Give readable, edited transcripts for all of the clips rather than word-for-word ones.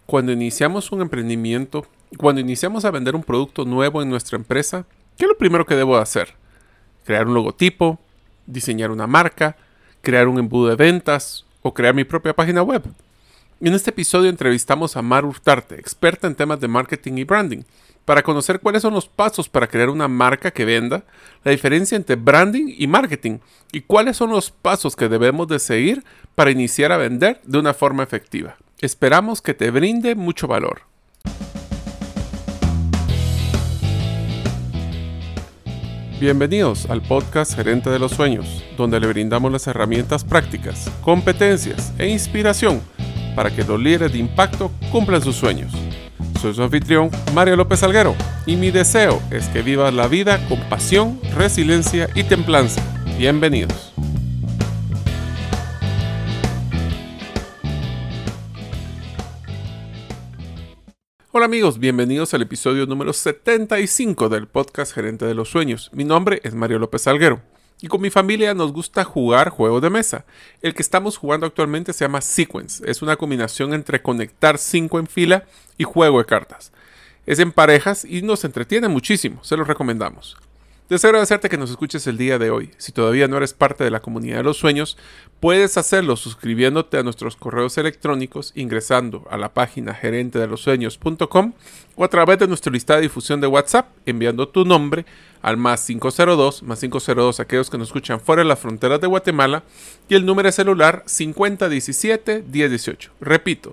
Cuando iniciamos un emprendimiento, cuando iniciamos a vender un producto nuevo en nuestra empresa, ¿qué es lo primero que debo hacer? Crear un logotipo, diseñar una marca, crear un embudo de ventas o crear mi propia página web. En este episodio entrevistamos a Maru Urtarte, experta en temas de marketing y branding, para conocer cuáles son los pasos para crear una marca que venda, la diferencia entre branding y marketing y cuáles son los pasos que debemos de seguir para iniciar a vender de una forma efectiva. Esperamos que te brinde mucho valor. Bienvenidos al podcast Gerente de los Sueños, donde le brindamos las herramientas prácticas, competencias e inspiración para que los líderes de impacto cumplan sus sueños. Soy su anfitrión, Mario López Alguero, y mi deseo es que vivas la vida con pasión, resiliencia y templanza. Bienvenidos. Hola amigos, bienvenidos al episodio número 75 del podcast Gerente de los Sueños. Mi nombre es Mario López Alguero y con mi familia nos gusta jugar juegos de mesa. El que estamos jugando actualmente se llama Sequence. Es una combinación entre conectar 5 en fila y juego de cartas. Es en parejas y nos entretiene muchísimo, se los recomendamos. Deseo agradecerte que nos escuches el día de hoy. Si todavía no eres parte de la comunidad de los sueños, puedes hacerlo suscribiéndote a nuestros correos electrónicos, ingresando a la página gerentedelosueños.com o a través de nuestra lista de difusión de WhatsApp, enviando tu nombre al más 502 aquellos que nos escuchan fuera de las fronteras de Guatemala y el número de celular 5017-1018. Repito,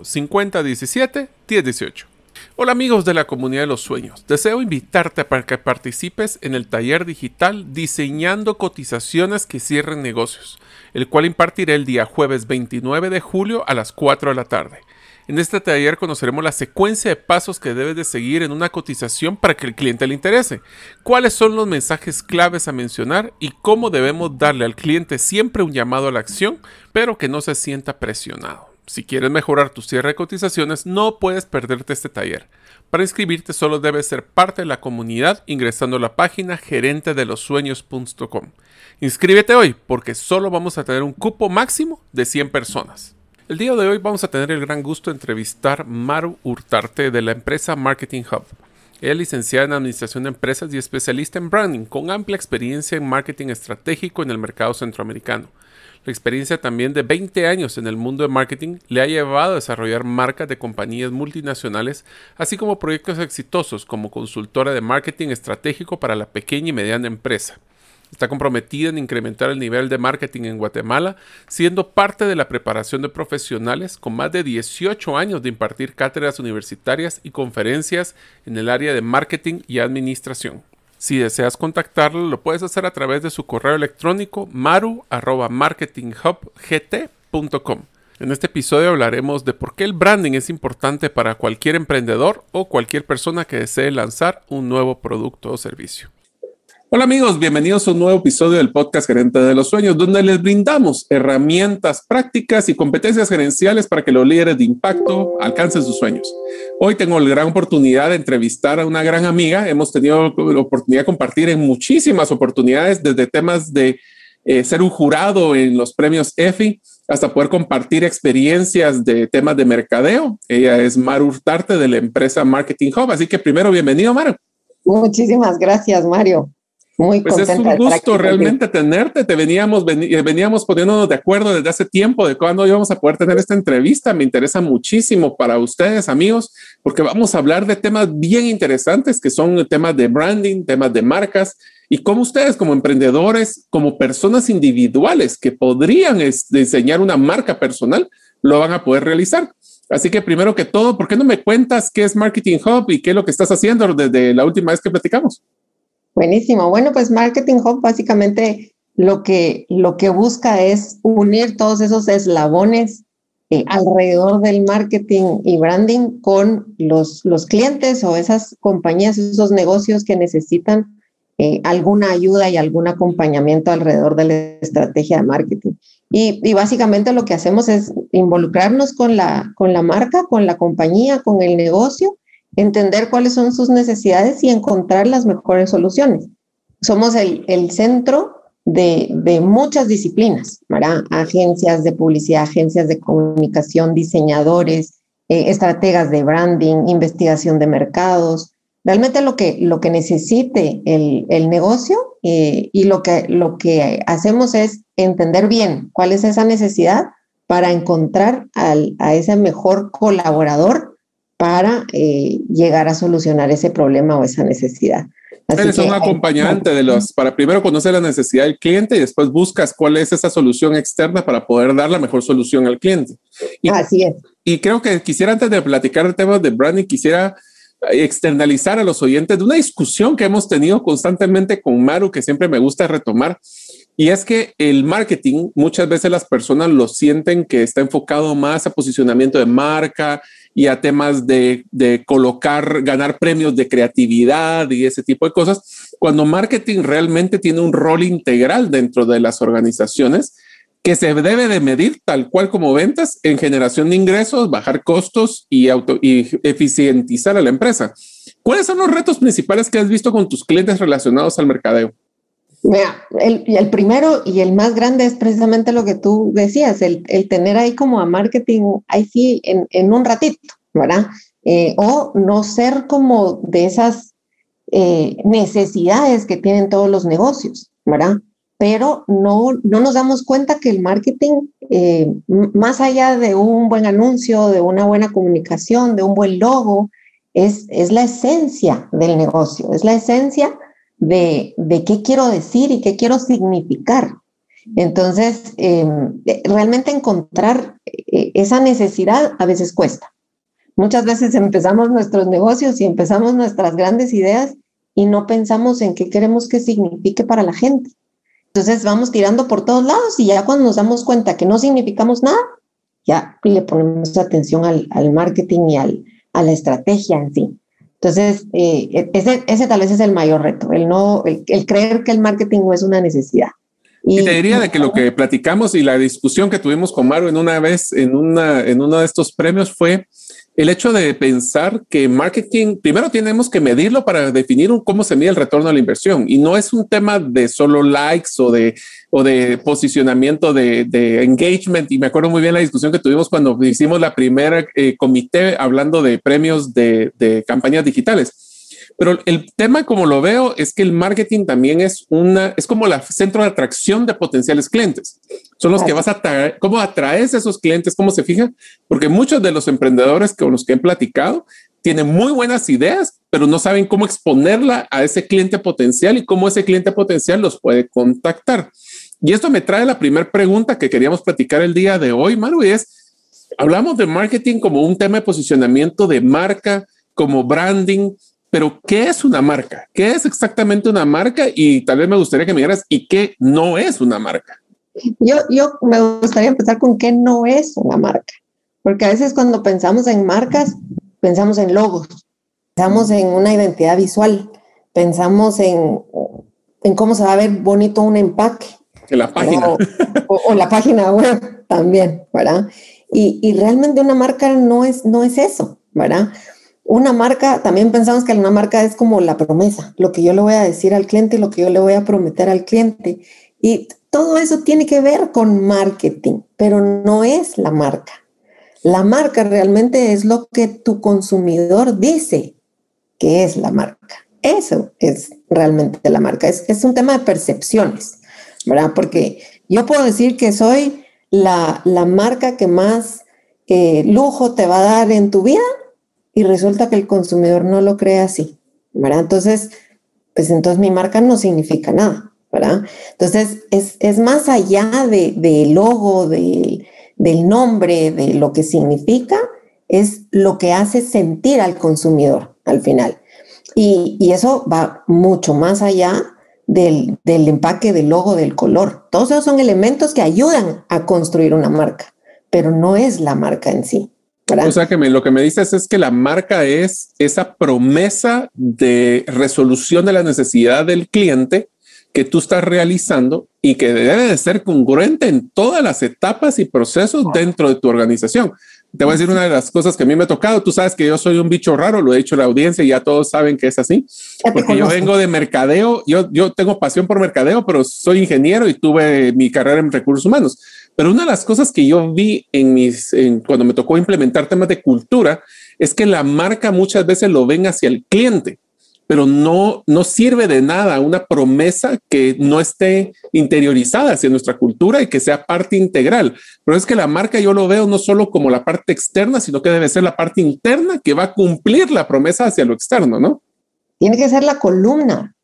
5017-1018. Hola amigos de la comunidad de los sueños, deseo invitarte para que participes en el taller digital Diseñando cotizaciones que cierren negocios, el cual impartiré el día jueves 29 de julio a las 4 de la tarde. En este taller conoceremos la secuencia de pasos que debes de seguir en una cotización para que el cliente le interese, cuáles son los mensajes claves a mencionar y cómo debemos darle al cliente siempre un llamado a la acción, pero que no se sienta presionado. Si quieres mejorar tu cierre de cotizaciones, no puedes perderte este taller. Para inscribirte solo debes ser parte de la comunidad ingresando a la página gerentedelosueños.com. Inscríbete hoy porque solo vamos a tener un cupo máximo de 100 personas. El día de hoy vamos a tener el gran gusto de entrevistar a Maru Urtarte de la empresa Marketing Hub. Ella es licenciada en Administración de Empresas y especialista en branding, con amplia experiencia en marketing estratégico en el mercado centroamericano. La experiencia también de 20 años en el mundo de marketing le ha llevado a desarrollar marcas de compañías multinacionales, así como proyectos exitosos como consultora de marketing estratégico para la pequeña y mediana empresa. Está comprometida en incrementar el nivel de marketing en Guatemala, siendo parte de la preparación de profesionales con más de 18 años de impartir cátedras universitarias y conferencias en el área de marketing y administración. Si deseas contactarlo, lo puedes hacer a través de su correo electrónico maru@marketinghubgt.com. En este episodio hablaremos de por qué el branding es importante para cualquier emprendedor o cualquier persona que desee lanzar un nuevo producto o servicio. Hola amigos, bienvenidos a un nuevo episodio del podcast Gerente de los Sueños, donde les brindamos herramientas prácticas y competencias gerenciales para que los líderes de impacto alcancen sus sueños. Hoy tengo la gran oportunidad de entrevistar a una gran amiga. Hemos tenido la oportunidad de compartir en muchísimas oportunidades, desde temas de ser un jurado en los premios EFI hasta poder compartir experiencias de temas de mercadeo. Ella es Maru Urtarte de la empresa Marketing Hub. Así que primero, bienvenido, Maru. Muchísimas gracias, Mario. Muy pues contenta. Es un gusto realmente tenerte. Veníamos poniéndonos de acuerdo desde hace tiempo de cuándo íbamos a poder tener esta entrevista. Me interesa muchísimo para ustedes, amigos, porque vamos a hablar de temas bien interesantes que son temas de branding, temas de marcas y cómo ustedes como emprendedores, como personas individuales que podrían diseñar una marca personal, lo van a poder realizar. Así que primero que todo, ¿por qué no me cuentas qué es Marketing Hub y qué es lo que estás haciendo desde la última vez que platicamos? Buenísimo. Bueno, pues Marketing Hub básicamente lo que busca es unir todos esos eslabones alrededor del marketing y branding con los clientes o esas compañías, esos negocios que necesitan alguna ayuda y algún acompañamiento alrededor de la estrategia de marketing. Y básicamente lo que hacemos es involucrarnos con la marca, con la compañía, con el negocio, entender cuáles son sus necesidades y encontrar las mejores soluciones. Somos el centro de muchas disciplinas, ¿verdad? Agencias de publicidad, agencias de comunicación, diseñadores, estrategas de branding, investigación de mercados, realmente lo que necesite el negocio, y lo que hacemos es entender bien cuál es esa necesidad para encontrar a ese mejor colaborador para llegar a solucionar ese problema o esa necesidad. Eres un acompañante para primero conocer la necesidad del cliente y después buscas cuál es esa solución externa para poder dar la mejor solución al cliente. Así es. Y creo que quisiera, antes de platicar el tema de branding, quisiera externalizar a los oyentes de una discusión que hemos tenido constantemente con Maru, que siempre me gusta retomar. Y es que el marketing, muchas veces las personas lo sienten que está enfocado más a posicionamiento de marca y a temas de ganar premios de creatividad y ese tipo de cosas, cuando marketing realmente tiene un rol integral dentro de las organizaciones que se debe de medir tal cual como ventas en generación de ingresos, bajar costos y eficientizar a la empresa. ¿Cuáles son los retos principales que has visto con tus clientes relacionados al mercadeo? Mira, el primero y el más grande es precisamente lo que tú decías, el tener ahí como a marketing, ahí sí, en un ratito, ¿verdad? O no ser como de esas necesidades que tienen todos los negocios, ¿verdad? Pero no nos damos cuenta que el marketing, más allá de un buen anuncio, de una buena comunicación, de un buen logo, es la esencia del negocio, es la esencia de qué quiero decir y qué quiero significar. Entonces, realmente encontrar esa necesidad a veces cuesta. Muchas veces empezamos nuestros negocios y empezamos nuestras grandes ideas y no pensamos en qué queremos que signifique para la gente. Entonces vamos tirando por todos lados y ya cuando nos damos cuenta que no significamos nada, ya le ponemos atención al marketing y a la estrategia en sí. Entonces, ese tal vez es el mayor reto, el creer que el marketing no es una necesidad. Y te diría de que lo que platicamos y la discusión que tuvimos con Maru en uno de estos premios fue el hecho de pensar que marketing, primero tenemos que medirlo para definir cómo se mide el retorno a la inversión. Y no es un tema de solo likes o de posicionamiento de engagement. Y me acuerdo muy bien la discusión que tuvimos cuando hicimos la primera comité hablando de premios de campañas digitales. Pero el tema, como lo veo, es que el marketing también es como el centro de atracción de potenciales clientes. Son los que vas a atraer. ¿Cómo atraes a esos clientes? ¿Cómo se fijan? Porque muchos de los emprendedores con los que he platicado tienen muy buenas ideas, pero no saben cómo exponerla a ese cliente potencial y cómo ese cliente potencial los puede contactar. Y esto me trae la primera pregunta que queríamos platicar el día de hoy, Maru, y es, hablamos de marketing como un tema de posicionamiento de marca, como branding. Pero, ¿qué es una marca? ¿Qué es exactamente una marca? Y tal vez me gustaría que me dijeras, ¿y qué no es una marca? Yo me gustaría empezar con qué no es una marca. Porque a veces cuando pensamos en marcas, pensamos en logos, pensamos en una identidad visual, pensamos en cómo se va a ver bonito un empaque. En la página. O la página web también, ¿verdad? Y realmente una marca no es eso, ¿verdad? Una marca, también pensamos que una marca es como la promesa, lo que yo le voy a decir al cliente, lo que yo le voy a prometer al cliente. Y todo eso tiene que ver con marketing, pero no es la marca. La marca realmente es lo que tu consumidor dice que es la marca. Eso es realmente la marca. Es un tema de percepciones, ¿verdad? Porque yo puedo decir que soy la marca que más lujo te va a dar en tu vida, y resulta que el consumidor no lo cree así, ¿verdad? Entonces mi marca no significa nada, ¿verdad? Entonces, es más allá del logo, del nombre, de lo que significa, es lo que hace sentir al consumidor al final. Y eso va mucho más allá del empaque, del logo, del color. Todos esos son elementos que ayudan a construir una marca, pero no es la marca en sí. O sea que lo que me dices es que la marca es esa promesa de resolución de la necesidad del cliente que tú estás realizando y que debe de ser congruente en todas las etapas y procesos dentro de tu organización. Te voy a decir una de las cosas que a mí me ha tocado. Tú sabes que yo soy un bicho raro, lo he dicho a la audiencia y ya todos saben que es así. Porque yo vengo de mercadeo, yo tengo pasión por mercadeo, pero soy ingeniero y tuve mi carrera en recursos humanos. Pero una de las cosas que yo vi cuando me tocó implementar temas de cultura es que la marca muchas veces lo ven hacia el cliente, pero no sirve de nada una promesa que no esté interiorizada hacia nuestra cultura y que sea parte integral. Pero es que la marca yo lo veo no solo como la parte externa, sino que debe ser la parte interna que va a cumplir la promesa hacia lo externo, ¿no? Tiene que ser la columna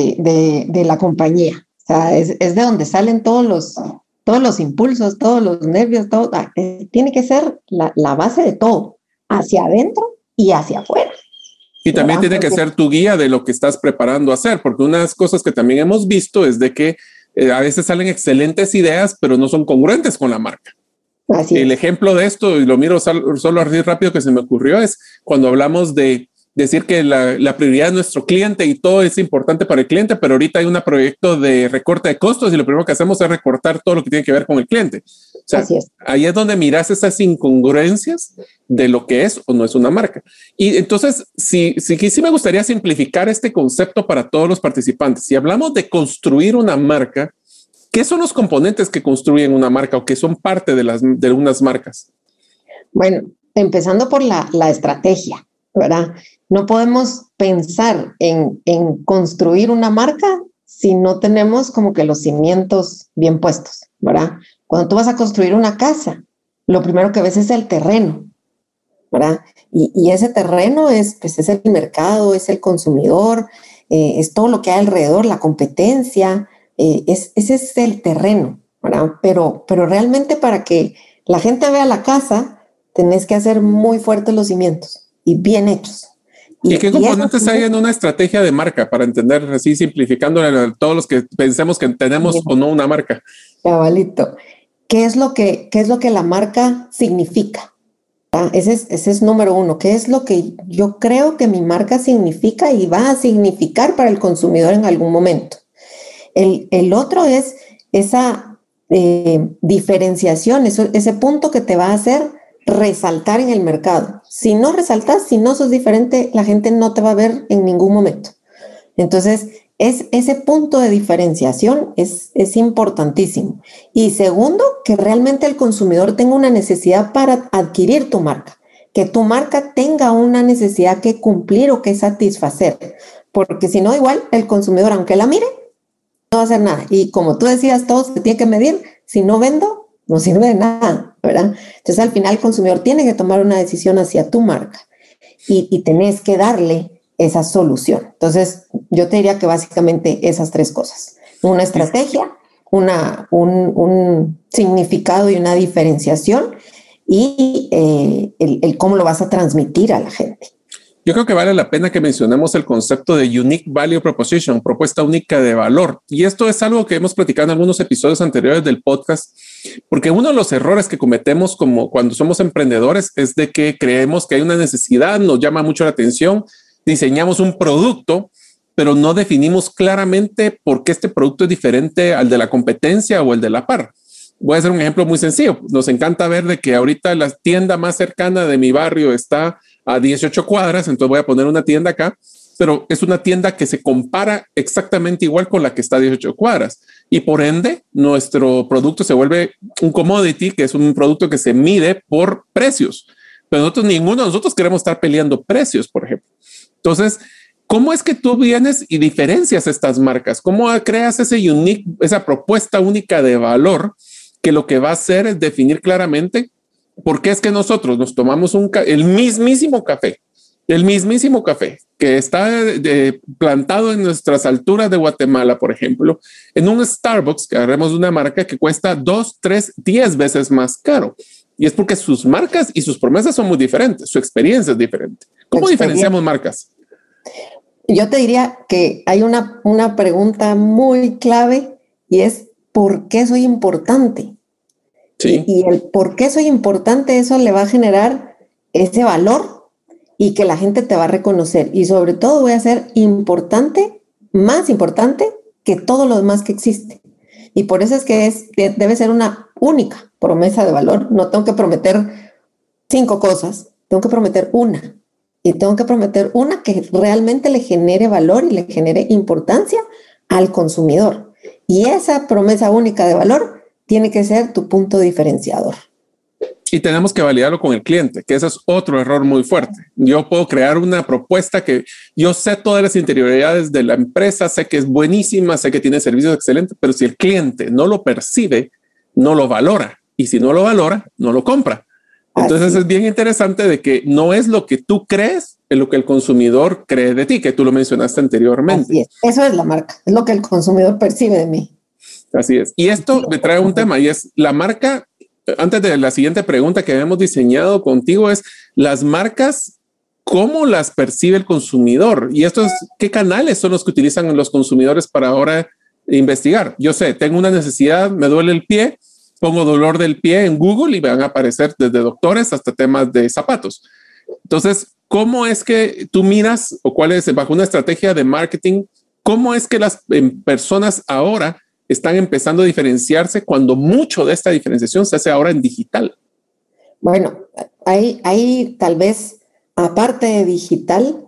de la compañía. O sea, es de donde salen todos los impulsos, todos los nervios, todo. Tiene que ser la base de todo, hacia adentro y hacia afuera. Y también tiene que ser tu guía de lo que estás preparando a hacer, porque unas cosas que también hemos visto es de que a veces salen excelentes ideas, pero no son congruentes con la marca. Así el ejemplo de esto, y lo miro solo así rápido que se me ocurrió, es cuando hablamos de decir que la prioridad es nuestro cliente y todo es importante para el cliente, pero ahorita hay un proyecto de recorte de costos y lo primero que hacemos es recortar todo lo que tiene que ver con el cliente. O sea, ahí es donde miras esas incongruencias de lo que es o no es una marca. Y entonces, sí me gustaría simplificar este concepto para todos los participantes. Si hablamos de construir una marca, ¿qué son los componentes que construyen una marca o que son parte de unas marcas? Bueno, empezando por la estrategia, ¿verdad? No podemos pensar en construir una marca si no tenemos como que los cimientos bien puestos, ¿verdad? Cuando tú vas a construir una casa, lo primero que ves es el terreno, ¿verdad? Y ese terreno es el mercado, es el consumidor, es todo lo que hay alrededor, la competencia, ese es el terreno, ¿verdad? Pero realmente para que la gente vea la casa, tenés que hacer muy fuertes los cimientos y bien hechos. ¿Y qué componentes hay en una estrategia de marca para entender así, simplificándole a todos los que pensemos que tenemos o no una marca? Cabalito. ¿Qué es lo que la marca significa? Ese es número uno. ¿Qué es lo que yo creo que mi marca significa y va a significar para el consumidor en algún momento? El otro es esa diferenciación, ese punto que te va a hacer resaltar en el mercado. Si no resaltas, si no sos diferente, la gente no te va a ver en ningún momento. Entonces, ese punto de diferenciación es importantísimo. Y segundo, que realmente el consumidor tenga una necesidad para adquirir tu marca, que tu marca tenga una necesidad que cumplir o que satisfacer, porque si no, igual el consumidor, aunque la mire, no va a hacer nada. Y como tú decías, todo se tiene que medir. Si no vendo, no sirve de nada, ¿verdad? Entonces, al final, el consumidor tiene que tomar una decisión hacia tu marca y tenés que darle esa solución. Entonces, yo te diría que básicamente esas tres cosas. Una estrategia, un significado y una diferenciación y el cómo lo vas a transmitir a la gente. Yo creo que vale la pena que mencionemos el concepto de Unique Value Proposition, propuesta única de valor. Y esto es algo que hemos platicado en algunos episodios anteriores del podcast, porque uno de los errores que cometemos como cuando somos emprendedores es de que creemos que hay una necesidad, nos llama mucho la atención, diseñamos un producto, pero no definimos claramente por qué este producto es diferente al de la competencia o el de la par. Voy a hacer un ejemplo muy sencillo. Nos encanta ver de que ahorita la tienda más cercana de mi barrio está a 18 cuadras, entonces voy a poner una tienda acá, pero es una tienda que se compara exactamente igual con la que está a 18 cuadras y por ende nuestro producto se vuelve un commodity, que es un producto que se mide por precios, pero ninguno de nosotros queremos estar peleando precios, por ejemplo. Entonces, ¿cómo es que tú vienes y diferencias estas marcas? ¿Cómo creas esa propuesta única de valor que lo que va a hacer es definir claramente por qué es que nosotros nos tomamos el mismísimo café que está plantado en nuestras alturas de Guatemala, por ejemplo, en un Starbucks que agarremos una marca que cuesta 2, 3, 10 veces más caro? Y es porque sus marcas y sus promesas son muy diferentes, su experiencia es diferente. ¿Cómo diferenciamos marcas? Yo te diría que hay una pregunta muy clave y es ¿por qué soy importante? Sí. Y el por qué soy importante, eso le va a generar ese valor y que la gente te va a reconocer. Y sobre todo voy a ser importante, más importante que todo lo demás que existe. Y por eso es que debe ser una única promesa de valor. No tengo que prometer 5 cosas, tengo que prometer una. Y tengo que prometer una que realmente le genere valor y le genere importancia al consumidor. Y esa promesa única de valor tiene que ser tu punto diferenciador. Y tenemos que validarlo con el cliente, que ese es otro error muy fuerte. Yo puedo crear una propuesta que yo sé todas las interioridades de la empresa, sé que es buenísima, sé que tiene servicios excelentes, pero si el cliente no lo percibe, no lo valora. Y si no lo valora, no lo compra. Entonces es bien interesante de que no es lo que tú crees, es lo que el consumidor cree de ti, que tú lo mencionaste anteriormente. Así es. Eso es la marca, es lo que el consumidor percibe de mí. Así es. Y esto me trae un tema y es la marca. Antes de la siguiente pregunta que habíamos diseñado contigo es las marcas, ¿cómo las percibe el consumidor? Y esto es, ¿qué canales son los que utilizan los consumidores para ahora investigar? Yo sé, tengo una necesidad, me duele el pie, pongo dolor del pie en Google y van a aparecer desde doctores hasta temas de zapatos. Entonces, ¿cómo es que tú miras o cuál es bajo una estrategia de marketing? ¿Cómo es que las personas ahora están empezando a diferenciarse cuando mucho de esta diferenciación se hace ahora en digital? Bueno, hay tal vez, aparte de digital,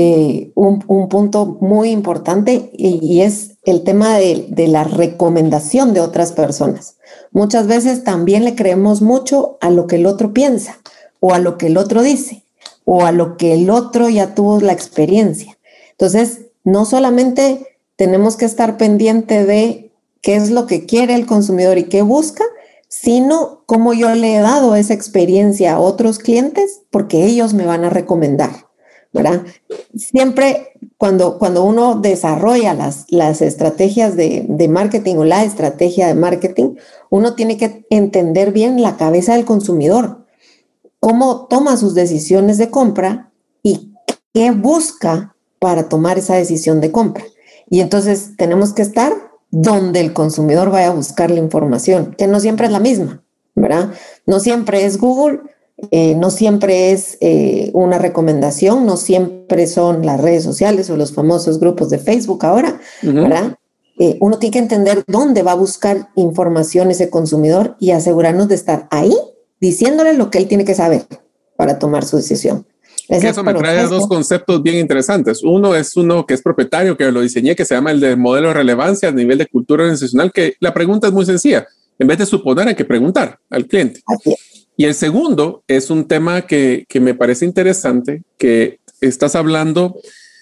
un punto muy importante y es el tema de la recomendación de otras personas. Muchas veces también le creemos mucho a lo que el otro piensa o a lo que el otro dice o a lo que el otro ya tuvo la experiencia. Entonces, no solamente tenemos que estar pendiente de qué es lo que quiere el consumidor y qué busca, sino cómo yo le he dado esa experiencia a otros clientes porque ellos me van a recomendar, ¿verdad? Siempre cuando uno desarrolla las estrategias de marketing o la estrategia de marketing, uno tiene que entender bien la cabeza del consumidor, cómo toma sus decisiones de compra y qué busca para tomar esa decisión de compra. Y entonces tenemos que estar donde el consumidor vaya a buscar la información, que no siempre es la misma, ¿verdad? No siempre es Google, no siempre es una recomendación, no siempre son las redes sociales o los famosos grupos de Facebook ahora, ¿verdad? Uno tiene que entender dónde va a buscar información ese consumidor y asegurarnos de estar ahí diciéndole lo que él tiene que saber para tomar su decisión. Eso me trae dos conceptos bien interesantes. Uno es uno que es propietario, que lo diseñé, que se llama el de modelo de relevancia a nivel de cultura organizacional, que la pregunta es muy sencilla. En vez de suponer, hay que preguntar al cliente. Y el segundo es un tema que me parece interesante, que estás hablando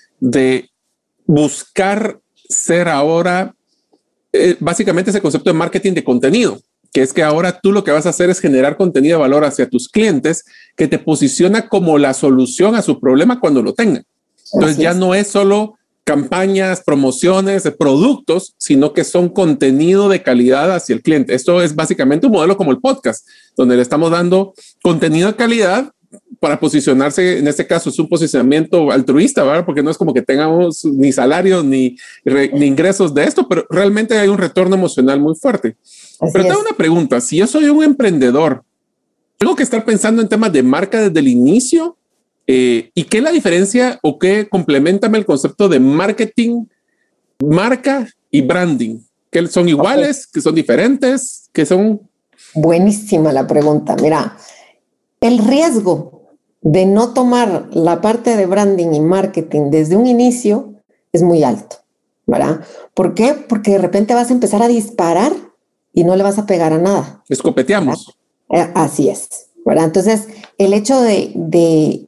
de buscar ser ahora, básicamente ese concepto de marketing de contenido, que es que ahora tú lo que vas a hacer es generar contenido de valor hacia tus clientes que te posiciona como la solución a su problema cuando lo tengan. Entonces ya no es solo campañas, promociones de productos, sino que son contenido de calidad hacia el cliente. Esto es básicamente un modelo como el podcast, donde le estamos dando contenido de calidad para posicionarse. En este caso es un posicionamiento altruista, ¿verdad? Porque no es como que tengamos ni salarios ni ingresos de esto, pero realmente hay un retorno emocional muy fuerte. Pero tengo una pregunta. Si yo soy un emprendedor, ¿tengo que estar pensando en temas de marca desde el inicio? ¿Y qué es la diferencia o qué complementame el concepto de marketing, marca y branding? ¿Que son iguales? ¿Que son diferentes? ¿Que son? Buenísima la pregunta. Mira, el riesgo de no tomar la parte de branding y marketing desde un inicio es muy alto, ¿verdad? ¿Por qué? Porque de repente vas a empezar a disparar y no le vas a pegar a nada. Escopeteamos. Así es, ¿verdad? Entonces, el hecho de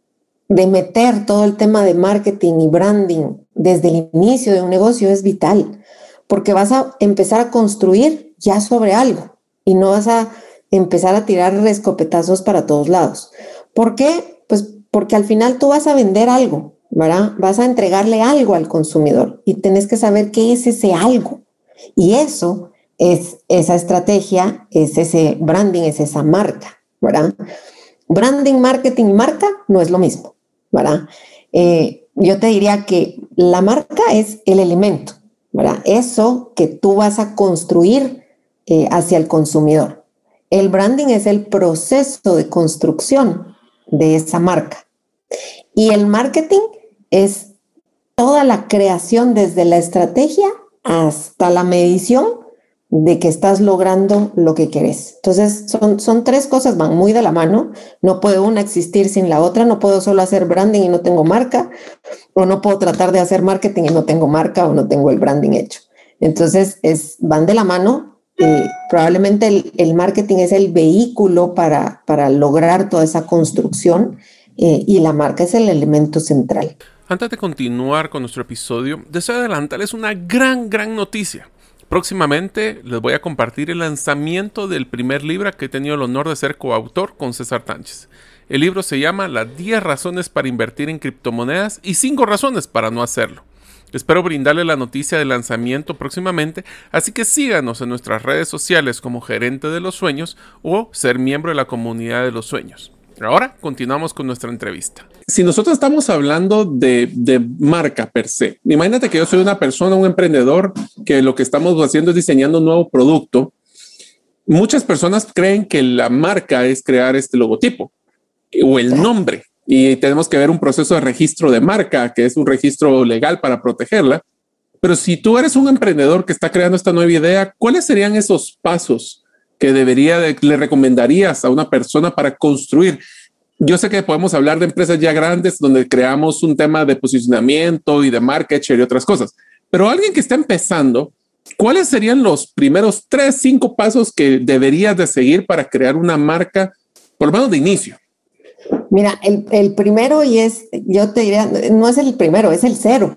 meter todo el tema de marketing y branding desde el inicio de un negocio es vital, porque vas a empezar a construir ya sobre algo y no vas a empezar a tirar escopetazos para todos lados. ¿Por qué? Pues porque al final tú vas a vender algo, ¿verdad? Vas a entregarle algo al consumidor y tenés que saber qué es ese algo. Y eso es esa estrategia, es ese branding, es esa marca, ¿verdad? Branding, marketing y marca no es lo mismo, ¿verdad? Yo te diría que la marca es el elemento, ¿verdad? Eso que tú vas a construir hacia el consumidor. El branding es el proceso de construcción de esa marca. Y el marketing es toda la creación desde la estrategia hasta la medición de que estás logrando lo que querés. Entonces, son tres cosas, van muy de la mano. No puede una existir sin la otra. No puedo solo hacer branding y no tengo marca, o no puedo tratar de hacer marketing y no tengo marca o no tengo el branding hecho. Entonces, van de la mano probablemente el marketing es el vehículo para lograr toda esa construcción y la marca es el elemento central. Antes de continuar con nuestro episodio, deseo adelantarles una gran noticia. Próximamente les voy a compartir el lanzamiento del primer libro que he tenido el honor de ser coautor con César Tánchez. El libro se llama Las 10 razones para invertir en criptomonedas y 5 razones para no hacerlo. Espero brindarle la noticia del lanzamiento próximamente, así que síganos en nuestras redes sociales como Gerente de los Sueños o ser miembro de la Comunidad de los Sueños. Ahora continuamos con nuestra entrevista. Si nosotros estamos hablando de marca per se, imagínate que yo soy una persona, un emprendedor, que lo que estamos haciendo es diseñando un nuevo producto. Muchas personas creen que la marca es crear este logotipo o el nombre y tenemos que ver un proceso de registro de marca, que es un registro legal para protegerla. Pero si tú eres un emprendedor que está creando esta nueva idea, ¿cuáles serían esos pasos que le recomendarías a una persona para construir? Yo sé que podemos hablar de empresas ya grandes donde creamos un tema de posicionamiento y de marketing y otras cosas, pero alguien que está empezando, ¿cuáles serían los primeros 3, 5 pasos que deberías de seguir para crear una marca, por lo menos de inicio? Mira, el primero, yo te diría, no es el primero, es el 0,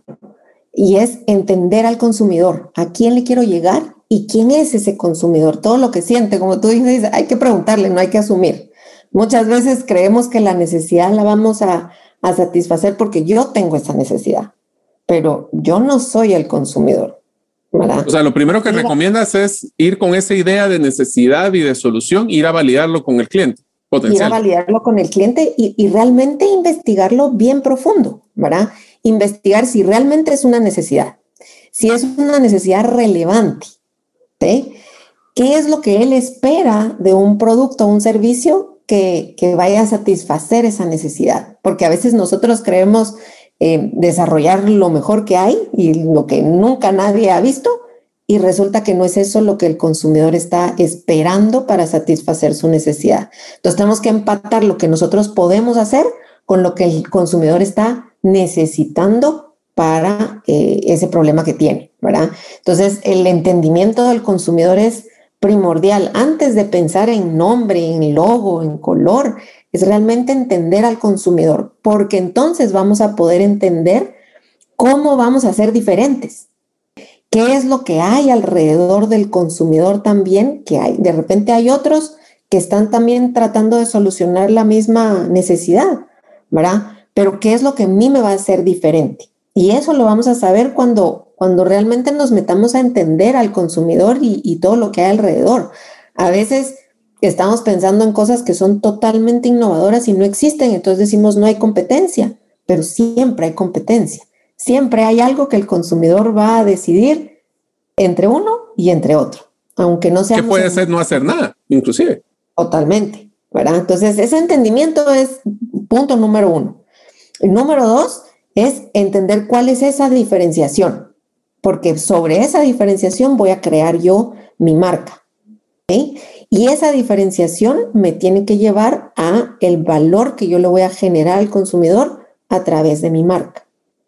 y es entender al consumidor, a quién le quiero llegar y quién es ese consumidor, todo lo que siente. Como tú dices, hay que preguntarle, no hay que asumir. Muchas veces creemos que la necesidad la vamos a satisfacer porque yo tengo esa necesidad, pero yo no soy el consumidor, ¿verdad? O sea, lo primero que recomiendas es ir con esa idea de necesidad y de solución, ir a validarlo con el cliente potencial. Ir a validarlo con el cliente y realmente investigarlo bien profundo, ¿verdad? Investigar si realmente es una necesidad, si es una necesidad relevante, ¿sí? ¿Qué es lo que él espera de un producto o un servicio que vaya a satisfacer esa necesidad? Porque a veces nosotros creemos desarrollar lo mejor que hay y lo que nunca nadie ha visto, y resulta que no es eso lo que el consumidor está esperando para satisfacer su necesidad. Entonces tenemos que empatar lo que nosotros podemos hacer con lo que el consumidor está necesitando para ese problema que tiene, ¿verdad? Entonces el entendimiento del consumidor es primordial. Antes de pensar en nombre, en logo, en color, es realmente entender al consumidor, porque entonces vamos a poder entender cómo vamos a ser diferentes. ¿Qué es lo que hay alrededor del consumidor también? Que hay, de repente hay otros que están también tratando de solucionar la misma necesidad, ¿verdad? Pero ¿qué es lo que a mí me va a hacer diferente? Y eso lo vamos a saber cuando realmente nos metamos a entender al consumidor y todo lo que hay alrededor. A veces estamos pensando en cosas que son totalmente innovadoras y no existen, entonces decimos no hay competencia, pero siempre hay competencia. Siempre hay algo que el consumidor va a decidir entre uno y entre otro, aunque no sea. ¿Qué puede ser no hacer nada, inclusive? Totalmente, ¿verdad? Entonces ese entendimiento es punto número 1. El número 2 es entender cuál es esa diferenciación, porque sobre esa diferenciación voy a crear yo mi marca, ¿sí? Y esa diferenciación me tiene que llevar a el valor que yo le voy a generar al consumidor a través de mi marca.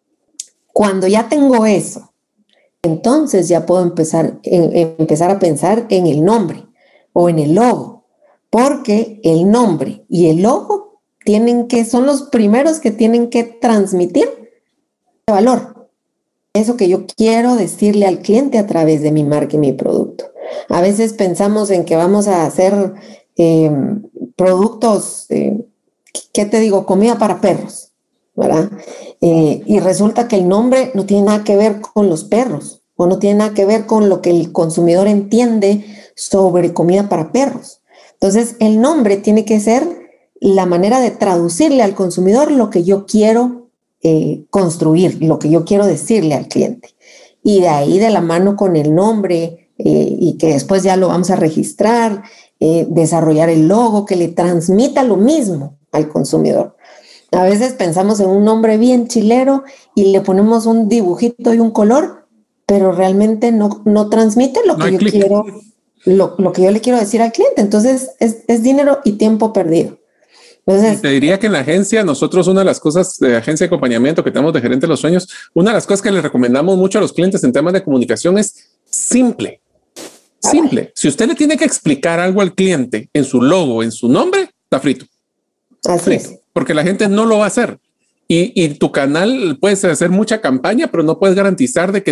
Cuando ya tengo eso, entonces ya puedo empezar a pensar en el nombre o en el logo, porque el nombre y el logo son los primeros que tienen que transmitir valor. Eso que yo quiero decirle al cliente a través de mi marca y mi producto. A veces pensamos en que vamos a hacer productos, ¿qué te digo? Comida para perros, ¿verdad? Y resulta que el nombre no tiene nada que ver con los perros o no tiene nada que ver con lo que el consumidor entiende sobre comida para perros. Entonces, el nombre tiene que ser la manera de traducirle al consumidor lo que yo quiero construir, lo que yo quiero decirle al cliente. Y de ahí, de la mano con el nombre, y que después ya lo vamos a registrar, desarrollar el logo que le transmita lo mismo al consumidor. A veces pensamos en un nombre bien chilero y le ponemos un dibujito y un color, pero realmente no transmite lo que yo quiero, lo que yo le quiero decir al cliente. Entonces es dinero y tiempo perdido. Entonces, y te diría que en la agencia, nosotros una de las cosas de agencia de acompañamiento que tenemos de Gerente de los Sueños, una de las cosas que les recomendamos mucho a los clientes en temas de comunicación es simple. Simple. Si usted le tiene que explicar algo al cliente en su logo, en su nombre, está frito. Así es. Porque la gente no lo va a hacer. Y tu canal puedes hacer mucha campaña, pero no puedes garantizar de que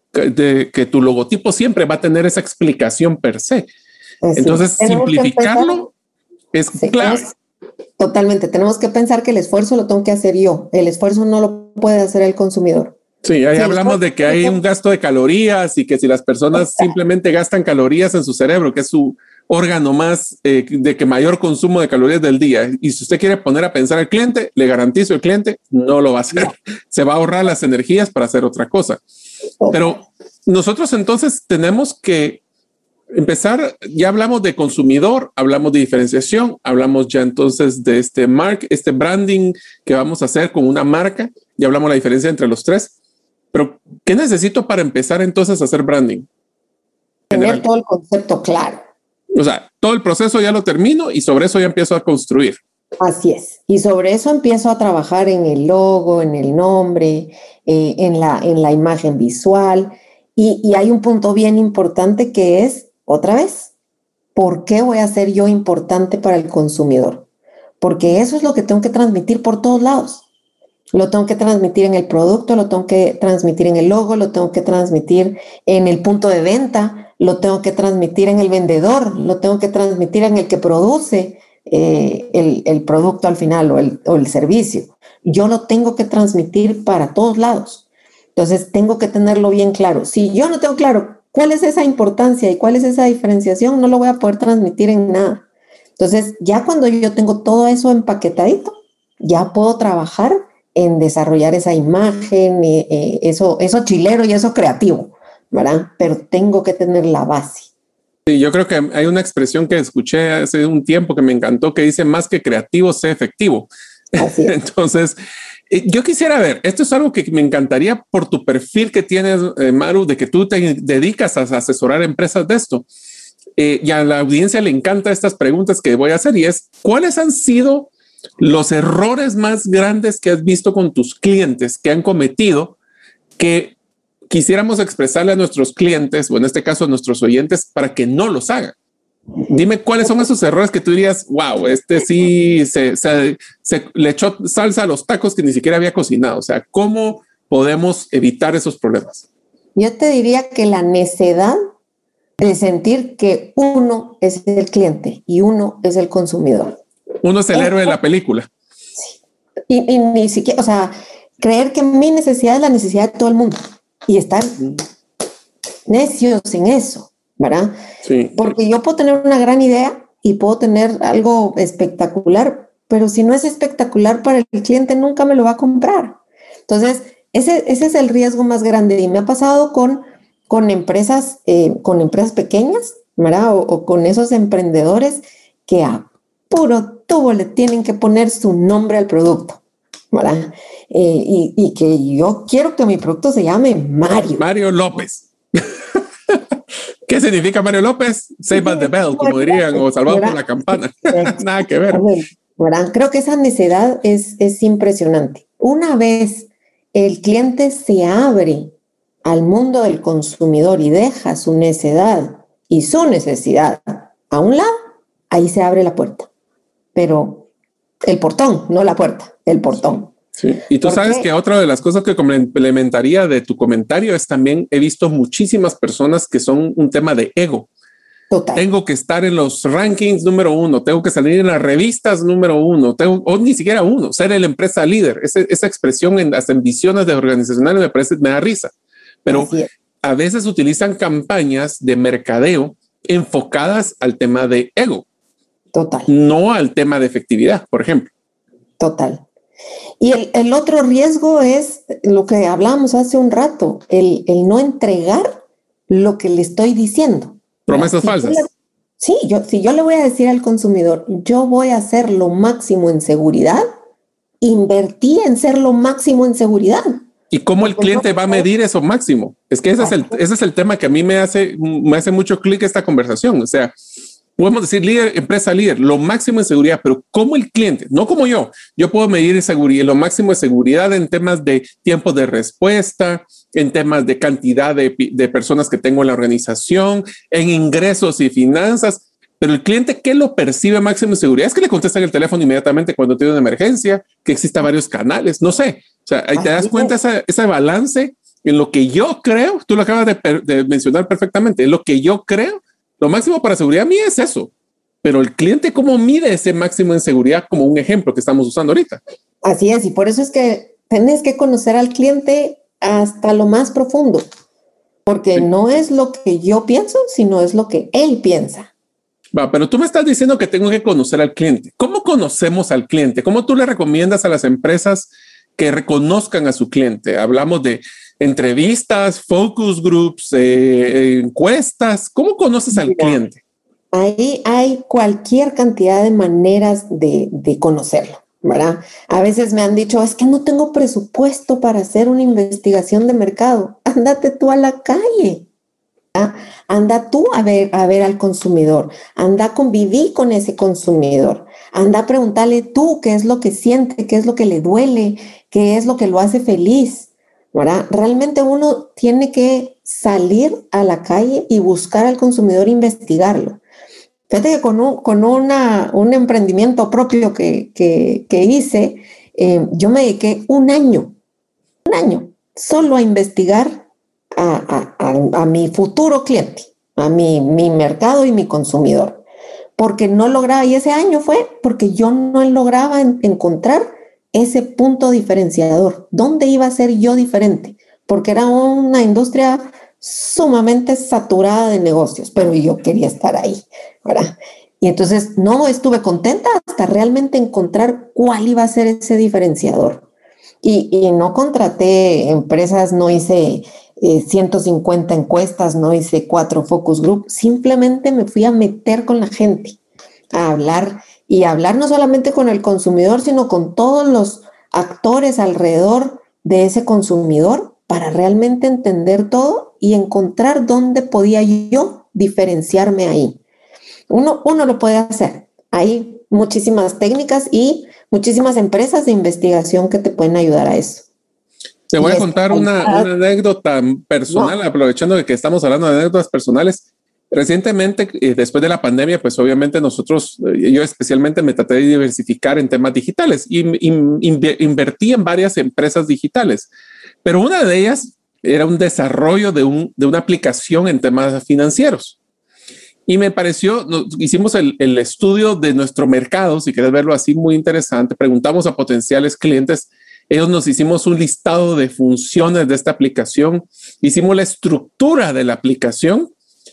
tu logotipo siempre va a tener esa explicación per se. Entonces, simplificarlo es clave. Totalmente. Tenemos que pensar que el esfuerzo lo tengo que hacer yo. El esfuerzo no lo puede hacer el consumidor. Sí, ahí hablamos de que hay un gasto de calorías y que si las personas simplemente gastan calorías en su cerebro, que es su órgano más de que mayor consumo de calorías del día, y si usted quiere poner a pensar al cliente, le garantizo el cliente no lo va a hacer. Se va a ahorrar las energías para hacer otra cosa. Pero nosotros entonces tenemos que empezar, ya hablamos de consumidor, hablamos de diferenciación, hablamos ya entonces de este branding que vamos a hacer con una marca, ya hablamos la diferencia entre los tres. Pero, ¿qué necesito para empezar entonces a hacer branding? Tener todo el concepto claro. O sea, todo el proceso ya lo termino y sobre eso ya empiezo a construir. Así es. Y sobre eso empiezo a trabajar en el logo, en el nombre, en la imagen visual. Y hay un punto bien importante que es, otra vez, ¿por qué voy a ser yo importante para el consumidor? Porque eso es lo que tengo que transmitir por todos lados. Lo tengo que transmitir en el producto, lo tengo que transmitir en el logo, lo tengo que transmitir en el punto de venta, lo tengo que transmitir en el vendedor, lo tengo que transmitir en el que produce el producto al final o el servicio. Yo lo tengo que transmitir para todos lados. Entonces tengo que tenerlo bien claro. Si yo no tengo claro cuál es esa importancia y cuál es esa diferenciación, no lo voy a poder transmitir en nada. Entonces ya cuando yo tengo todo eso empaquetadito, ya puedo trabajar en desarrollar esa imagen, eso chilero y eso creativo, ¿verdad? Pero tengo que tener la base. Sí, yo creo que hay una expresión que escuché hace un tiempo que me encantó que dice más que creativo, sé efectivo. Así es. Entonces, yo quisiera ver, esto es algo que me encantaría por tu perfil que tienes, Maru, de que tú te dedicas a asesorar empresas de esto. Y a la audiencia le encantan estas preguntas que voy a hacer y es, ¿cuáles han sido los errores más grandes que has visto con tus clientes que han cometido que quisiéramos expresarle a nuestros clientes o en este caso a nuestros oyentes para que no los hagan? Dime cuáles son esos errores que tú dirías, wow, este sí se le echó salsa a los tacos que ni siquiera había cocinado. O sea, ¿cómo podemos evitar esos problemas? Yo te diría que la necedad de sentir que uno es el cliente y uno es el consumidor. Uno es el héroe de la película. Sí. Y ni siquiera, o sea, creer que mi necesidad es la necesidad de todo el mundo y estar necios en eso, ¿verdad? Sí. Porque yo puedo tener una gran idea y puedo tener algo espectacular, pero si no es espectacular para el cliente, nunca me lo va a comprar. Entonces, ese es el riesgo más grande y me ha pasado con empresas pequeñas, ¿verdad? O con esos emprendedores que a puro tubo le tienen que poner su nombre al producto, ¿verdad? Y que yo quiero que mi producto se llame Mario. Mario López. ¿Qué significa Mario López? Save by the bell, como dirían, o salvado por la campana. Nada que ver. ¿Verdad? Creo que esa necedad es impresionante. Una vez el cliente se abre al mundo del consumidor y deja su necedad y su necesidad a un lado, ahí se abre la puerta. Pero el portón, no la puerta, el portón. Sí. Y tú sabes que otra de las cosas que complementaría de tu comentario es también he visto muchísimas personas que son un tema de ego. Total. Tengo que estar en los rankings número 1, tengo que salir en las revistas número 1, o ni siquiera uno, ser la empresa líder. Esa expresión en las visiones de organizacionales me da risa. Pero a veces utilizan campañas de mercadeo enfocadas al tema de ego. Total. No al tema de efectividad, por ejemplo. Total. Y el otro riesgo es lo que hablábamos hace un rato, el no entregar lo que le estoy diciendo. Promesas falsas. Si yo le voy a decir al consumidor, yo voy a hacer lo máximo en seguridad, invertí en ser lo máximo en seguridad. ¿Y cómo el cliente va a medir eso máximo? Es que ese es el tema que a mí me hace mucho clic esta conversación. O sea, podemos decir líder, empresa líder, lo máximo en seguridad, pero como el cliente, no como yo puedo medir seguridad, lo máximo de seguridad en temas de tiempo de respuesta, en temas de cantidad de personas que tengo en la organización, en ingresos y finanzas, pero el cliente, ¿qué lo percibe máximo en seguridad? Es que le contestan el teléfono inmediatamente cuando tiene una emergencia, que exista varios canales, no sé. O sea, ahí te das cuenta ese balance en lo que yo creo, tú lo acabas de mencionar perfectamente, en lo que yo creo. Lo máximo para seguridad mía es eso, pero el cliente, ¿cómo mide ese máximo en seguridad? Como un ejemplo que estamos usando ahorita. Así es, y por eso es que tenés que conocer al cliente hasta lo más profundo, porque no es lo que yo pienso, sino es lo que él piensa. Va, pero tú me estás diciendo que tengo que conocer al cliente. ¿Cómo conocemos al cliente? ¿Cómo tú le recomiendas a las empresas que reconozcan a su cliente? Hablamos de entrevistas, focus groups, encuestas. ¿Cómo conoces al cliente? Ahí hay cualquier cantidad de maneras de conocerlo, ¿verdad? A veces me han dicho, es que no tengo presupuesto para hacer una investigación de mercado. Ándate tú a la calle. ¿verdad? Anda tú a ver al consumidor. Anda a convivir con ese consumidor. Anda a preguntarle tú qué es lo que siente, qué es lo que le duele, qué es lo que lo hace feliz. ¿Verdad? Realmente uno tiene que salir a la calle y buscar al consumidor e investigarlo. Fíjate que con un emprendimiento propio que hice, yo me dediqué un año solo a investigar a mi futuro cliente, a mi mercado y mi consumidor, porque no lograba, y ese año fue porque yo no lograba encontrar ese punto diferenciador. ¿Dónde iba a ser yo diferente? Porque era una industria sumamente saturada de negocios, pero yo quería estar ahí, ¿verdad? Y entonces no estuve contenta hasta realmente encontrar cuál iba a ser ese diferenciador. Y no contraté empresas, no hice 150 encuestas, no hice 4 focus group, simplemente me fui a meter con la gente, a hablar, y hablar no solamente con el consumidor, sino con todos los actores alrededor de ese consumidor para realmente entender todo y encontrar dónde podía yo diferenciarme ahí. Uno lo puede hacer. Hay muchísimas técnicas y muchísimas empresas de investigación que te pueden ayudar a eso. Te voy a contar una anécdota personal, aprovechando de que estamos hablando de anécdotas personales. Recientemente, después de la pandemia, pues obviamente nosotros, yo especialmente me traté de diversificar en temas digitales y invertí en varias empresas digitales, pero una de ellas era un desarrollo de una aplicación en temas financieros. Y me pareció, hicimos el estudio de nuestro mercado, si quieres verlo así, muy interesante. Preguntamos a potenciales clientes, ellos nos hicimos un listado de funciones de esta aplicación, hicimos la estructura de la aplicación,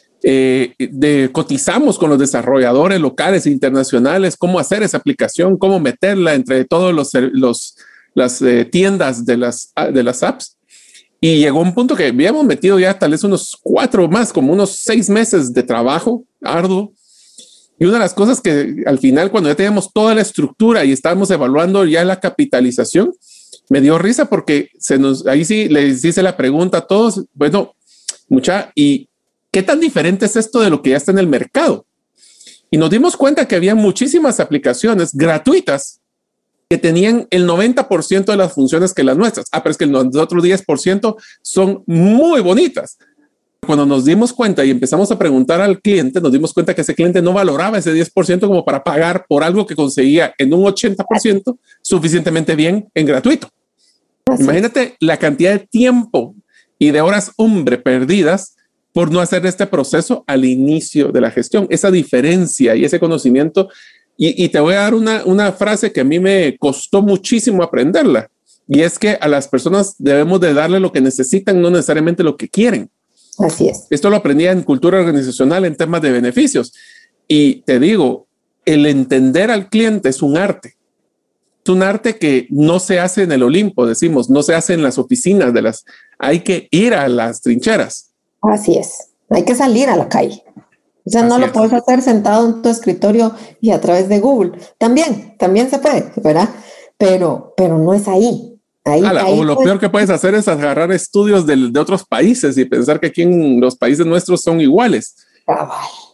cotizamos con los desarrolladores locales e internacionales cómo hacer esa aplicación, cómo meterla entre todas las tiendas de las apps. Y llegó un punto que habíamos metido ya tal vez unos 4 más, como unos 6 meses de trabajo arduo. Y una de las cosas que al final, cuando ya teníamos toda la estructura y estábamos evaluando ya la capitalización, me dio risa porque ahí sí les hice la pregunta a todos, bueno, ¿y qué tan diferente es esto de lo que ya está en el mercado? Y nos dimos cuenta que había muchísimas aplicaciones gratuitas que tenían el 90% de las funciones que las nuestras. Pero es que los otros 10% son muy bonitas. Cuando nos dimos cuenta y empezamos a preguntar al cliente, nos dimos cuenta que ese cliente no valoraba ese 10% como para pagar por algo que conseguía en un 80% suficientemente bien en gratuito. Imagínate la cantidad de tiempo y de horas perdidas por no hacer este proceso al inicio de la gestión. Esa diferencia y ese conocimiento. Y te voy a dar una frase que a mí me costó muchísimo aprenderla. Y es que a las personas debemos de darle lo que necesitan, no necesariamente lo que quieren. Así es. Esto lo aprendí en cultura organizacional en temas de beneficios. Y te digo, el entender al cliente es un arte. Es un arte que no se hace en el Olimpo, decimos, no se hace en las oficinas hay que ir a las trincheras. Así es. Hay que salir a la calle. O sea, no lo puedes hacer sentado en tu escritorio y a través de Google. También se puede, ¿verdad? Pero no es ahí. O lo peor que puedes hacer es agarrar estudios de otros países y pensar que aquí en los países nuestros son iguales.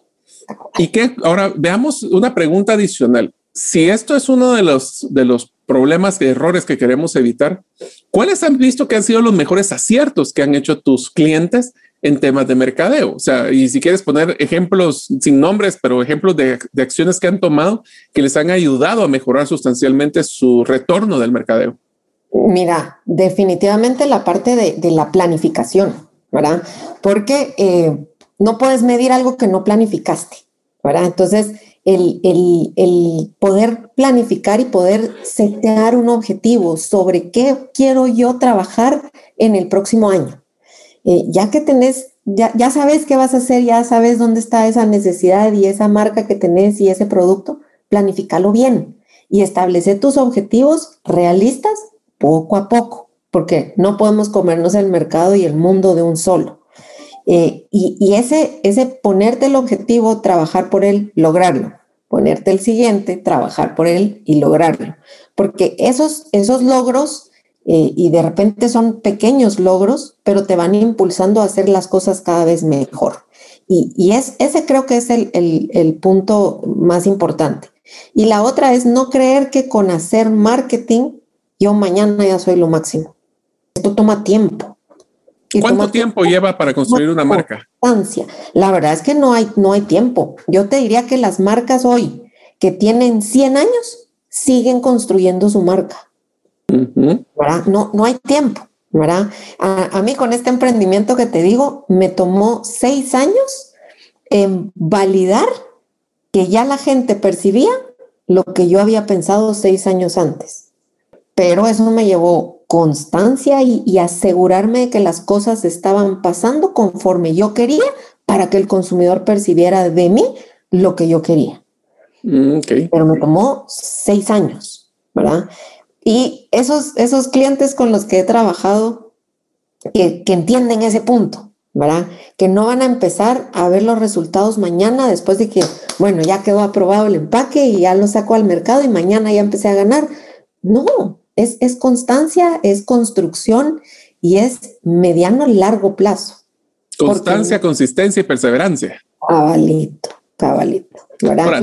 espectacular. Y que ahora veamos una pregunta adicional. Si esto es uno de los problemas, errores que queremos evitar, ¿cuáles han visto que han sido los mejores aciertos que han hecho tus clientes en temas de mercadeo? O sea, y si quieres poner ejemplos sin nombres, pero ejemplos de acciones que han tomado que les han ayudado a mejorar sustancialmente su retorno del mercadeo. Mira, definitivamente la parte de la planificación, ¿verdad? Porque no puedes medir algo que no planificaste, ¿verdad? Entonces, el poder planificar y poder setear un objetivo sobre qué quiero yo trabajar en el próximo año. Ya que tenés, ya sabes qué vas a hacer, ya sabes dónde está esa necesidad y esa marca que tenés y ese producto, planifícalo bien y establece tus objetivos realistas poco a poco, porque no podemos comernos el mercado y el mundo de un solo. Y ese ponerte el objetivo, trabajar por él, lograrlo. Ponerte el siguiente, trabajar por él y lograrlo. Porque esos logros, y de repente son pequeños logros, pero te van impulsando a hacer las cosas cada vez mejor. Y ese creo que es el punto más importante. Y la otra es no creer que con hacer marketing yo mañana ya soy lo máximo. Esto toma tiempo. ¿Cuánto tiempo lleva para construir una marca? La verdad es que no hay tiempo. Yo te diría que las marcas hoy que tienen 100 años siguen construyendo su marca. ¿Verdad? No hay tiempo, ¿verdad? A mí con este emprendimiento que te digo, me tomó 6 años en validar que ya la gente percibía lo que yo había pensado 6 años antes. Pero eso me llevó constancia y asegurarme de que las cosas estaban pasando conforme yo quería para que el consumidor percibiera de mí lo que yo quería. Okay. Pero me tomó 6 años, ¿verdad? Y esos clientes con los que he trabajado que entienden ese punto, ¿verdad? Que no van a empezar a ver los resultados mañana después de que, bueno, ya quedó aprobado el empaque y ya lo saco al mercado y mañana ya empecé a ganar. No. Es constancia, es construcción y es mediano largo plazo. Constancia, consistencia y perseverancia. Cabalito. ¿Verdad? Ahora,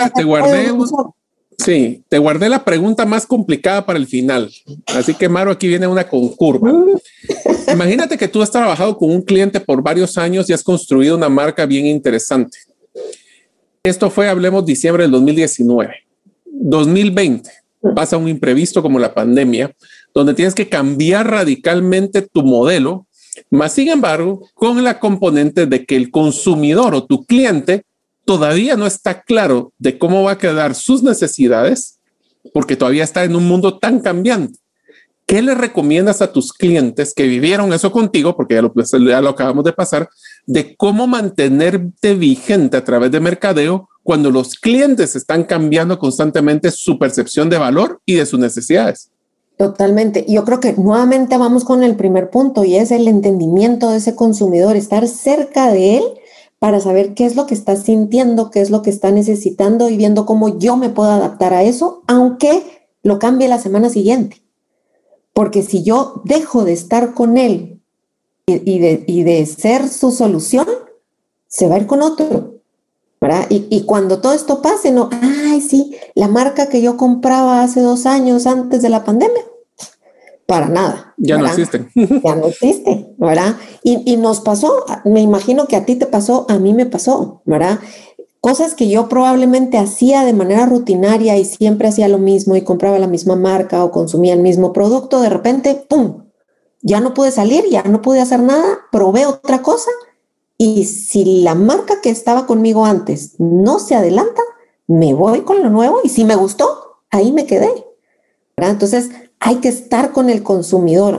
te guardé la pregunta más complicada para el final. Así que, Maru, aquí viene una con curva. Imagínate que tú has trabajado con un cliente por varios años y has construido una marca bien interesante. Esto fue, hablemos, diciembre del 2019. 2020. Pasa un imprevisto como la pandemia, donde tienes que cambiar radicalmente tu modelo, más sin embargo, con la componente de que el consumidor o tu cliente todavía no está claro de cómo va a quedar sus necesidades, porque todavía está en un mundo tan cambiante. ¿Qué le recomiendas a tus clientes que vivieron eso contigo, porque ya lo acabamos de pasar, de cómo mantenerte vigente a través de mercadeo cuando los clientes están cambiando constantemente su percepción de valor y de sus necesidades? Totalmente. Yo creo que nuevamente vamos con el primer punto y es el entendimiento de ese consumidor, estar cerca de él para saber qué es lo que está sintiendo, qué es lo que está necesitando y viendo cómo yo me puedo adaptar a eso, aunque lo cambie la semana siguiente. Porque si yo dejo de estar con él y de ser su solución, se va a ir con otro. ¿Verdad? Y cuando todo esto pase, no, ay, sí, la marca que yo compraba hace 2 años antes de la pandemia, para nada. Ya ¿verdad? no existen. Ya no existe, ¿verdad? Y nos pasó, me imagino que a ti te pasó, a mí me pasó, ¿verdad? Cosas que yo probablemente hacía de manera rutinaria y siempre hacía lo mismo y compraba la misma marca o consumía el mismo producto, de repente, ¡pum! Ya no pude salir, ya no pude hacer nada, probé otra cosa. Y si la marca que estaba conmigo antes no se adelanta, me voy con lo nuevo y si me gustó, ahí me quedé, ¿verdad? Entonces hay que estar con el consumidor,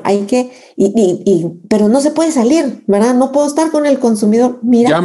pero no se puede salir, ¿verdad? No puedo estar con el consumidor. Mira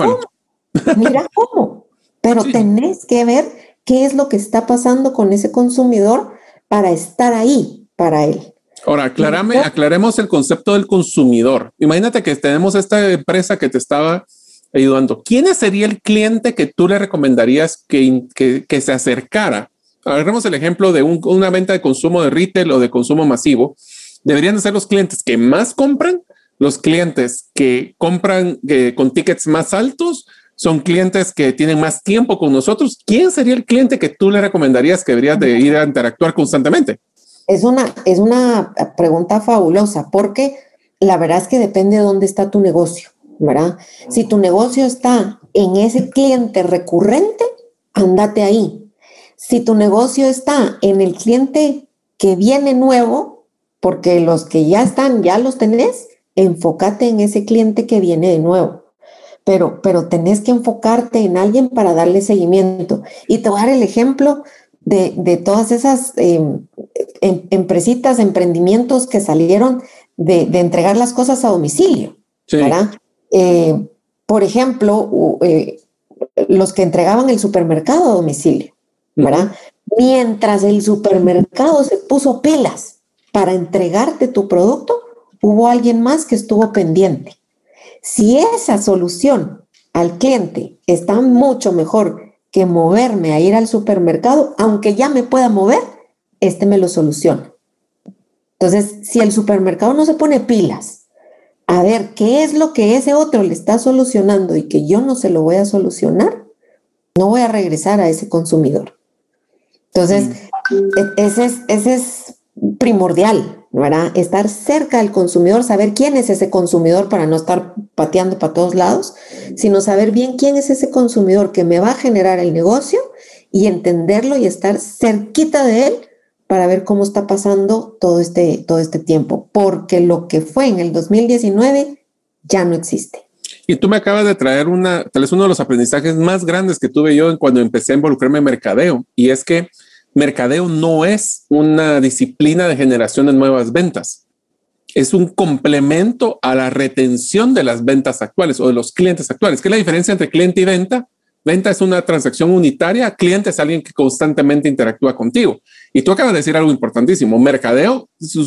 cómo, pero sí. Tenés que ver qué es lo que está pasando con ese consumidor para estar ahí para él. Ahora, aclaremos el concepto del consumidor. Imagínate que tenemos esta empresa que te estaba ayudando. ¿Quién sería el cliente que tú le recomendarías que se acercara? Agarremos el ejemplo de una venta de consumo de retail o de consumo masivo. Deberían de ser los clientes que más compran, los clientes que compran con tickets más altos, son clientes que tienen más tiempo con nosotros. ¿Quién sería el cliente que tú le recomendarías que deberías de ir a interactuar constantemente? Es una pregunta fabulosa, porque la verdad es que depende de dónde está tu negocio, ¿verdad? Si tu negocio está en ese cliente recurrente, ándate ahí. Si tu negocio está en el cliente que viene nuevo, porque los que ya están, ya los tenés, enfócate en ese cliente que viene de nuevo. Pero tenés que enfocarte en alguien para darle seguimiento. Y te voy a dar el ejemplo de todas esas empresitas, emprendimientos que salieron de entregar las cosas a domicilio, sí. ¿Verdad? Por ejemplo, los que entregaban el supermercado a domicilio, ¿verdad? Mientras el supermercado se puso pilas para entregarte tu producto, hubo alguien más que estuvo pendiente. Si esa solución al cliente está mucho mejor que moverme a ir al supermercado, aunque ya me pueda mover, me lo soluciona. Entonces, si el supermercado no se pone pilas a ver qué es lo que ese otro le está solucionando y que yo no se lo voy a solucionar, no voy a regresar a ese consumidor. Entonces, ese es primordial, ¿verdad? Estar cerca del consumidor, saber quién es ese consumidor para no estar pateando para todos lados, sino saber bien quién es ese consumidor que me va a generar el negocio y entenderlo y estar cerquita de él para ver cómo está pasando todo este tiempo, porque lo que fue en el 2019 ya no existe. Y tú me acabas de traer tal vez uno de los aprendizajes más grandes que tuve yo cuando empecé a involucrarme en mercadeo, y es que mercadeo no es una disciplina de generación de nuevas ventas. Es un complemento a la retención de las ventas actuales o de los clientes actuales. ¿Qué es la diferencia entre cliente y venta? Venta es una transacción unitaria, cliente es alguien que constantemente interactúa contigo. Y tú acabas de decir algo importantísimo. Mercadeo,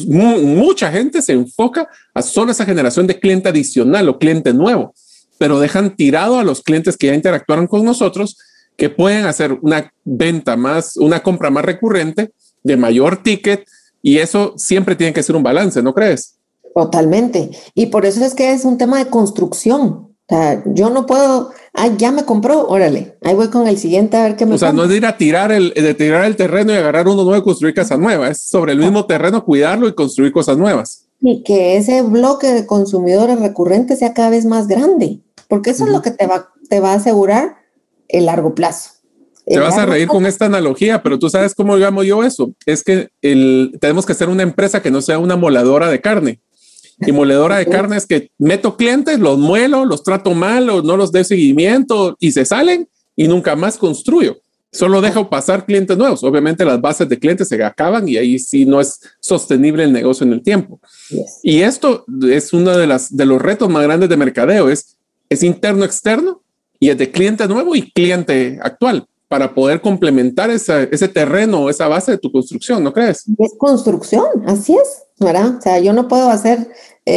mucha gente se enfoca a solo esa generación de cliente adicional o cliente nuevo, pero dejan tirado a los clientes que ya interactuaron con nosotros, que pueden hacer una venta más, una compra más recurrente, de mayor ticket, y eso siempre tiene que ser un balance, ¿no crees? Totalmente. Y por eso es que es un tema de construcción. O sea, yo no puedo, ya me compró, órale, ahí voy con el siguiente a ver qué me compra. No es de ir a tirar el terreno y agarrar uno nuevo y construir casa nueva, es sobre el mismo terreno cuidarlo y construir cosas nuevas. Y que ese bloque de consumidores recurrentes sea cada vez más grande, porque eso es lo que te va a asegurar el largo plazo. Te vas a reír con esta analogía, pero tú sabes cómo llamo yo eso. Es que tenemos que ser una empresa que no sea una moledora de carne. Y moledora de carne es que meto clientes, los muelo, los trato mal o no los doy seguimiento y se salen y nunca más construyo. Solo dejo pasar clientes nuevos. Obviamente las bases de clientes se acaban y ahí sí no es sostenible el negocio en el tiempo. Yes. Y esto es uno de los retos más grandes de mercadeo. Es interno-externo y es de cliente nuevo y cliente actual, para poder complementar ese terreno, esa base de tu construcción, ¿no crees? Es construcción, así es, ¿verdad? O sea, yo no puedo hacer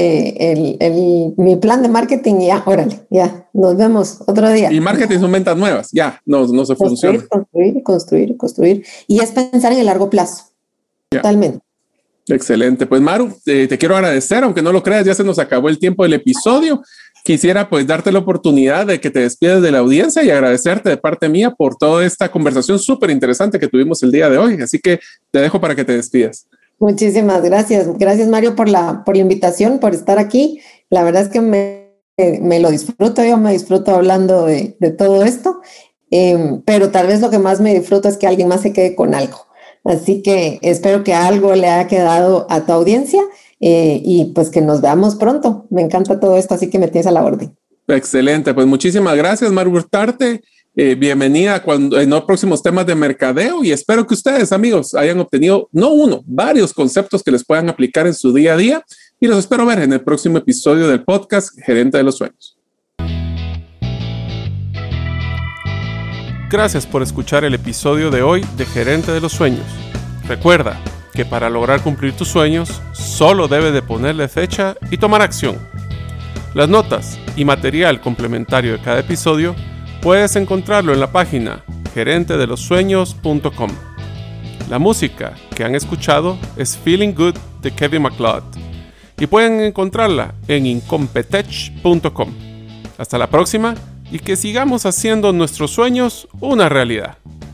mi plan de marketing y ya, órale, ya, nos vemos otro día. Y marketing son ventas nuevas, ya, no se funciona. Construir. Y es pensar en el largo plazo, totalmente. Excelente. Pues Maru, te quiero agradecer, aunque no lo creas, ya se nos acabó el tiempo del episodio. Quisiera pues darte la oportunidad de que te despides de la audiencia y agradecerte de parte mía por toda esta conversación súper interesante que tuvimos el día de hoy. Así que te dejo para que te despidas. Muchísimas gracias. Gracias, Mario, por la invitación, por estar aquí. La verdad es que me lo disfruto. Yo me disfruto hablando de todo esto, pero tal vez lo que más me disfruto es que alguien más se quede con algo. Así que espero que algo le haya quedado a tu audiencia. Y pues que nos veamos pronto. Me encanta todo esto, así que me tienes a la orden. Excelente, pues muchísimas gracias, Maru Hurtarte. Bienvenida en los próximos temas de mercadeo y espero que ustedes, amigos, hayan obtenido varios conceptos que les puedan aplicar en su día a día y los espero ver en el próximo episodio del podcast Gerente de los Sueños. Gracias por escuchar el episodio de hoy de Gerente de los Sueños. Recuerda que para lograr cumplir tus sueños, solo debes de ponerle fecha y tomar acción. Las notas y material complementario de cada episodio puedes encontrarlo en la página gerentedelosueños.com. La música que han escuchado es Feeling Good de Kevin MacLeod y pueden encontrarla en incompetech.com. Hasta la próxima y que sigamos haciendo nuestros sueños una realidad.